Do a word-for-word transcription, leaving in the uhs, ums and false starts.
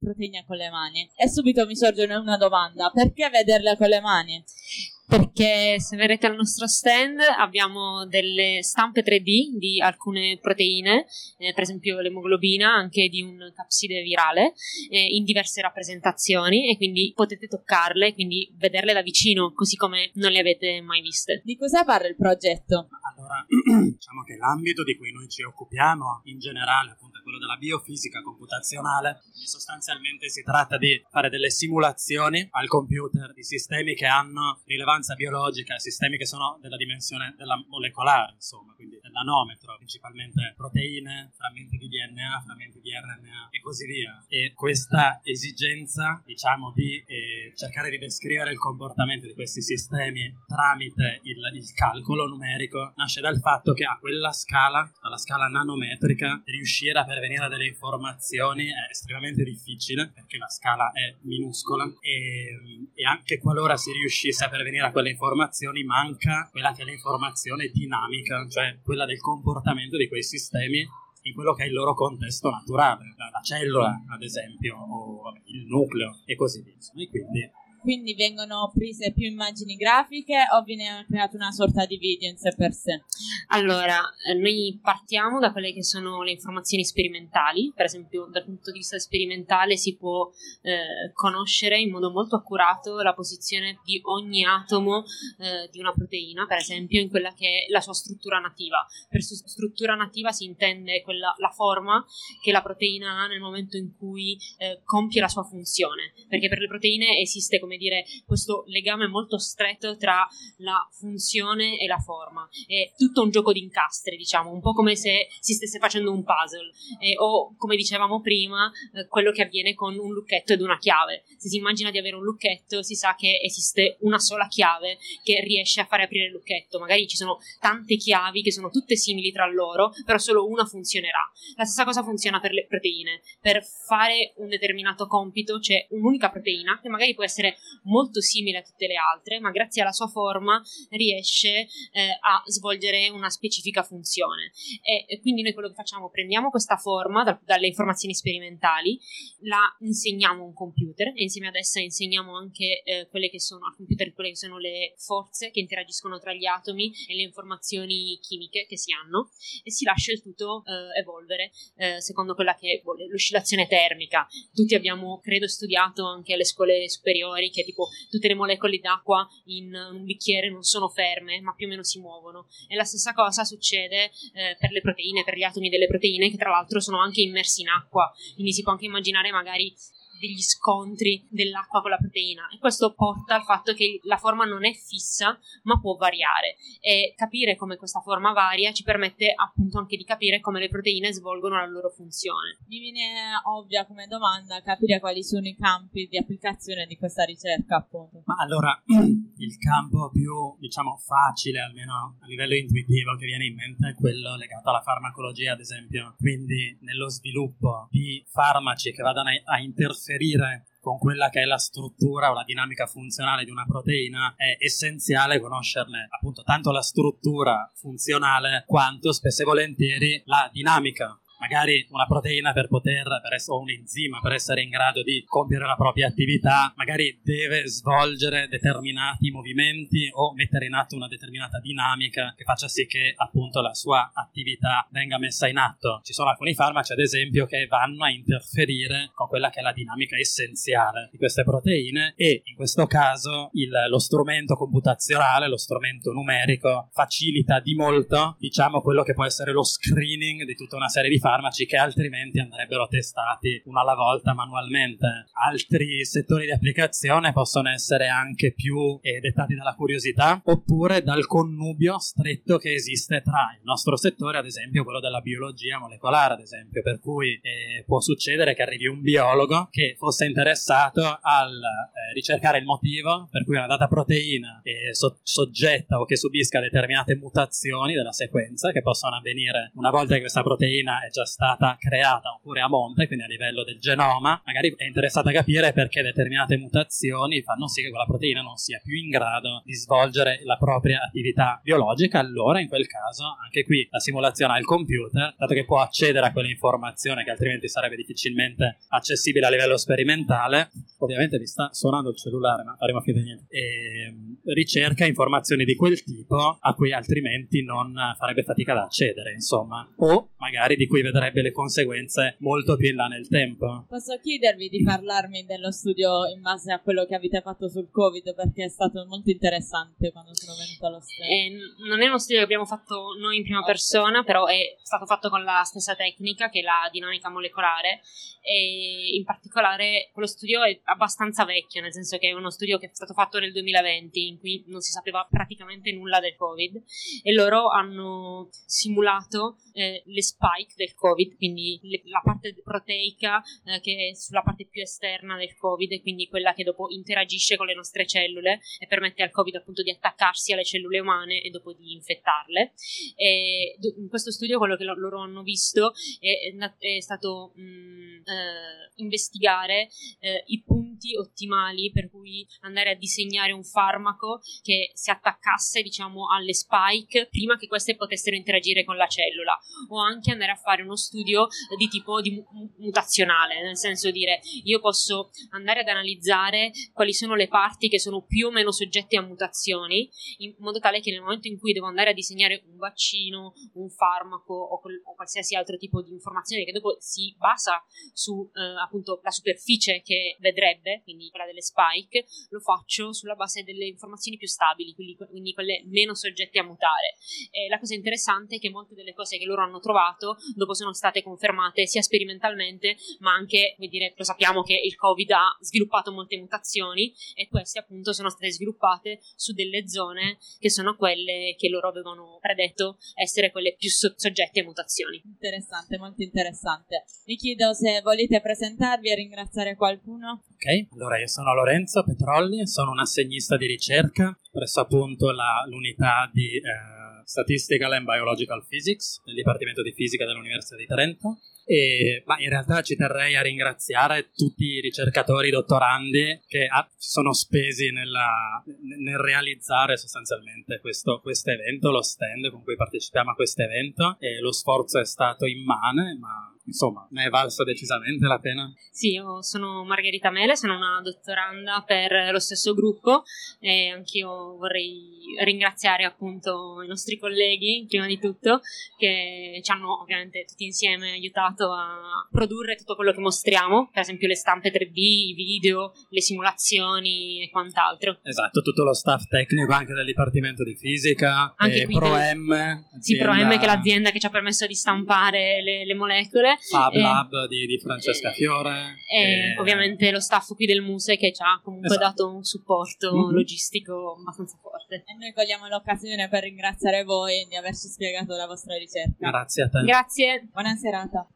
proteine con le mani. E subito mi sorge una domanda: perché vederle con le mani? Perché se vedete al nostro stand abbiamo delle stampe tre D di alcune proteine, eh, per esempio l'emoglobina, anche di un capside virale, eh, in diverse rappresentazioni, e quindi potete toccarle, quindi vederle da vicino, così come non le avete mai viste. Di cosa parla il progetto? Allora, diciamo che l'ambito di cui noi ci occupiamo in generale appunto è quello della biofisica computazionale, e sostanzialmente si tratta di fare delle simulazioni al computer di sistemi che hanno rilevanza biologica, sistemi che sono della dimensione della molecolare, insomma, quindi del nanometro, principalmente proteine, frammenti di D N A, frammenti di R N A e così via. E questa esigenza, diciamo, di eh, cercare di descrivere il comportamento di questi sistemi tramite il, il calcolo numerico nasce dal fatto che a quella scala, alla scala nanometrica, riuscire a pervenire a delle informazioni è estremamente difficile, perché la scala è minuscola, e, e anche qualora si riuscisse a pervenire a quelle informazioni manca quella che è l'informazione dinamica, cioè quella del comportamento di quei sistemi in quello che è il loro contesto naturale, la cellula ad esempio, o vabbè, il nucleo e così via. E quindi Quindi vengono prese più immagini grafiche o viene creata una sorta di video in sé per sé? Allora, noi partiamo da quelle che sono le informazioni sperimentali. Per esempio, dal punto di vista sperimentale si può eh, conoscere in modo molto accurato la posizione di ogni atomo eh, di una proteina, per esempio, in quella che è la sua struttura nativa. Per su- struttura nativa si intende quella, la forma che la proteina ha nel momento in cui eh, compie la sua funzione, perché per le proteine esiste, come dire, questo legame molto stretto tra la funzione e la forma. È tutto un gioco di incastri, diciamo, un po' come se si stesse facendo un puzzle, eh, o come dicevamo prima, eh, quello che avviene con un lucchetto ed una chiave. Se si immagina di avere un lucchetto, si sa che esiste una sola chiave che riesce a fare aprire il lucchetto. Magari ci sono tante chiavi che sono tutte simili tra loro, però solo una funzionerà. La stessa cosa funziona per le proteine. Per fare un determinato compito c'è un'unica proteina che magari può essere molto simile a tutte le altre, ma grazie alla sua forma riesce eh, a svolgere una specifica funzione. E, e quindi noi quello che facciamo, prendiamo questa forma da, dalle informazioni sperimentali, la insegniamo a un computer, e insieme ad essa insegniamo anche eh, quelle che sono al computer quelle che sono le forze che interagiscono tra gli atomi e le informazioni chimiche che si hanno, e si lascia il tutto eh, evolvere eh, secondo quella che vuole l'oscillazione termica. Tutti abbiamo, credo, studiato anche alle scuole superiori che tipo tutte le molecole d'acqua in un bicchiere non sono ferme, ma più o meno si muovono. E la stessa cosa succede eh, per le proteine, per gli atomi delle proteine, che tra l'altro sono anche immersi in acqua, quindi si può anche immaginare magari degli scontri dell'acqua con la proteina, e questo porta al fatto che la forma non è fissa ma può variare, e capire come questa forma varia ci permette appunto anche di capire come le proteine svolgono la loro funzione. Mi viene ovvia come domanda capire quali sono i campi di applicazione di questa ricerca, appunto. Ma allora, il campo più, diciamo, facile, almeno a livello intuitivo, che viene in mente è quello legato alla farmacologia, ad esempio. Quindi nello sviluppo di farmaci che vadano a, a interferire con quella che è la struttura o la dinamica funzionale di una proteina, è essenziale conoscerne appunto tanto la struttura funzionale quanto spesso e volentieri la dinamica. Magari una proteina per poter, per essere, o un enzima per essere in grado di compiere la propria attività, magari deve svolgere determinati movimenti o mettere in atto una determinata dinamica che faccia sì che appunto la sua attività venga messa in atto. Ci sono alcuni farmaci, ad esempio, che vanno a interferire con quella che è la dinamica essenziale di queste proteine, e in questo caso il, lo strumento computazionale, lo strumento numerico, facilita di molto, diciamo, quello che può essere lo screening di tutta una serie di farmaci farmaci che altrimenti andrebbero testati uno alla volta manualmente. Altri settori di applicazione possono essere anche più eh, dettati dalla curiosità, oppure dal connubio stretto che esiste tra il nostro settore, ad esempio quello della biologia molecolare, ad esempio, per cui eh, può succedere che arrivi un biologo che fosse interessato al eh, ricercare il motivo per cui una data proteina è so- soggetta o che subisca determinate mutazioni della sequenza che possono avvenire una volta che questa proteina è già stata creata oppure a monte, quindi a livello del genoma. Magari è interessata a capire perché determinate mutazioni fanno sì che quella proteina non sia più in grado di svolgere la propria attività biologica. Allora in quel caso anche qui la simulazione al computer, dato che può accedere a quell'informazione che altrimenti sarebbe difficilmente accessibile a livello sperimentale, ovviamente vi sta suonando il cellulare ma faremo finta di niente, e ricerca informazioni di quel tipo a cui altrimenti non farebbe fatica ad accedere, insomma, o magari di cui vedrebbe le conseguenze molto più in là nel tempo. Posso chiedervi di parlarmi dello studio in base a quello che avete fatto sul Covid, perché è stato molto interessante quando sono venuta allo stand. Eh, non è uno studio che abbiamo fatto noi in prima persona, però è stato fatto con la stessa tecnica che è la dinamica molecolare, e in particolare quello studio è abbastanza vecchio, nel senso che è uno studio che è stato fatto nel duemilaventi, in cui non si sapeva praticamente nulla del Covid, e loro hanno simulato eh, le spike del Covid, quindi le, la parte proteica eh, che è sulla parte più esterna del Covid, e quindi quella che dopo interagisce con le nostre cellule e permette al Covid appunto di attaccarsi alle cellule umane e dopo di infettarle. E in questo studio quello che loro hanno visto è, è stato mh, eh, investigare eh, i punti ottimali per cui andare a disegnare un farmaco che si attaccasse, diciamo, alle spike prima che queste potessero interagire con la cellula, o anche andare a fare uno studio di tipo di mu- mutazionale, nel senso dire io posso andare ad analizzare quali sono le parti che sono più o meno soggette a mutazioni, in modo tale che nel momento in cui devo andare a disegnare un vaccino, un farmaco o, quel, o qualsiasi altro tipo di informazione che dopo si basa su eh, appunto la superficie che vedrebbe, quindi quella delle spike, lo faccio sulla base delle informazioni più stabili, quindi, quindi quelle meno soggette a mutare. E la cosa interessante è che molte delle cose che loro hanno trovato dopo sono state confermate sia sperimentalmente, ma anche, come dire, lo sappiamo che il Covid ha sviluppato molte mutazioni, e queste appunto sono state sviluppate su delle zone che sono quelle che loro avevano predetto essere quelle più so- soggette a mutazioni. Interessante, molto interessante. Vi chiedo se volete presentarvi e ringraziare qualcuno. Ok, allora io sono Lorenzo Petrolli, sono un assegnista di ricerca presso appunto la, l'unità di eh, Statistical and Biological Physics del Dipartimento di Fisica dell'Università di Trento. E, ma in realtà ci terrei a ringraziare tutti i ricercatori dottorandi che ah, si sono spesi nella, nel realizzare sostanzialmente questo questo evento, lo stand con cui partecipiamo a questo evento, e lo sforzo è stato immane, ma insomma ne è valso decisamente la pena. Sì, io sono Margherita Mele, sono una dottoranda per lo stesso gruppo, e anch'io vorrei ringraziare appunto i nostri colleghi, prima di tutto, che ci hanno ovviamente tutti insieme aiutato a produrre tutto quello che mostriamo, per esempio le stampe tre D, i video, le simulazioni e quant'altro. Esatto, tutto lo staff tecnico anche del Dipartimento di Fisica, anche e qui ProM, del... sì, ProM, che è l'azienda che ci ha permesso di stampare le, le molecole, Fab e... Lab di, di Francesca Fiore, e, e ovviamente lo staff qui del Muse che ci ha comunque esatto. dato un supporto mm-hmm. logistico abbastanza forte. E noi cogliamo l'occasione per ringraziare voi di averci spiegato la vostra ricerca. Grazie a te. Grazie. Buona serata.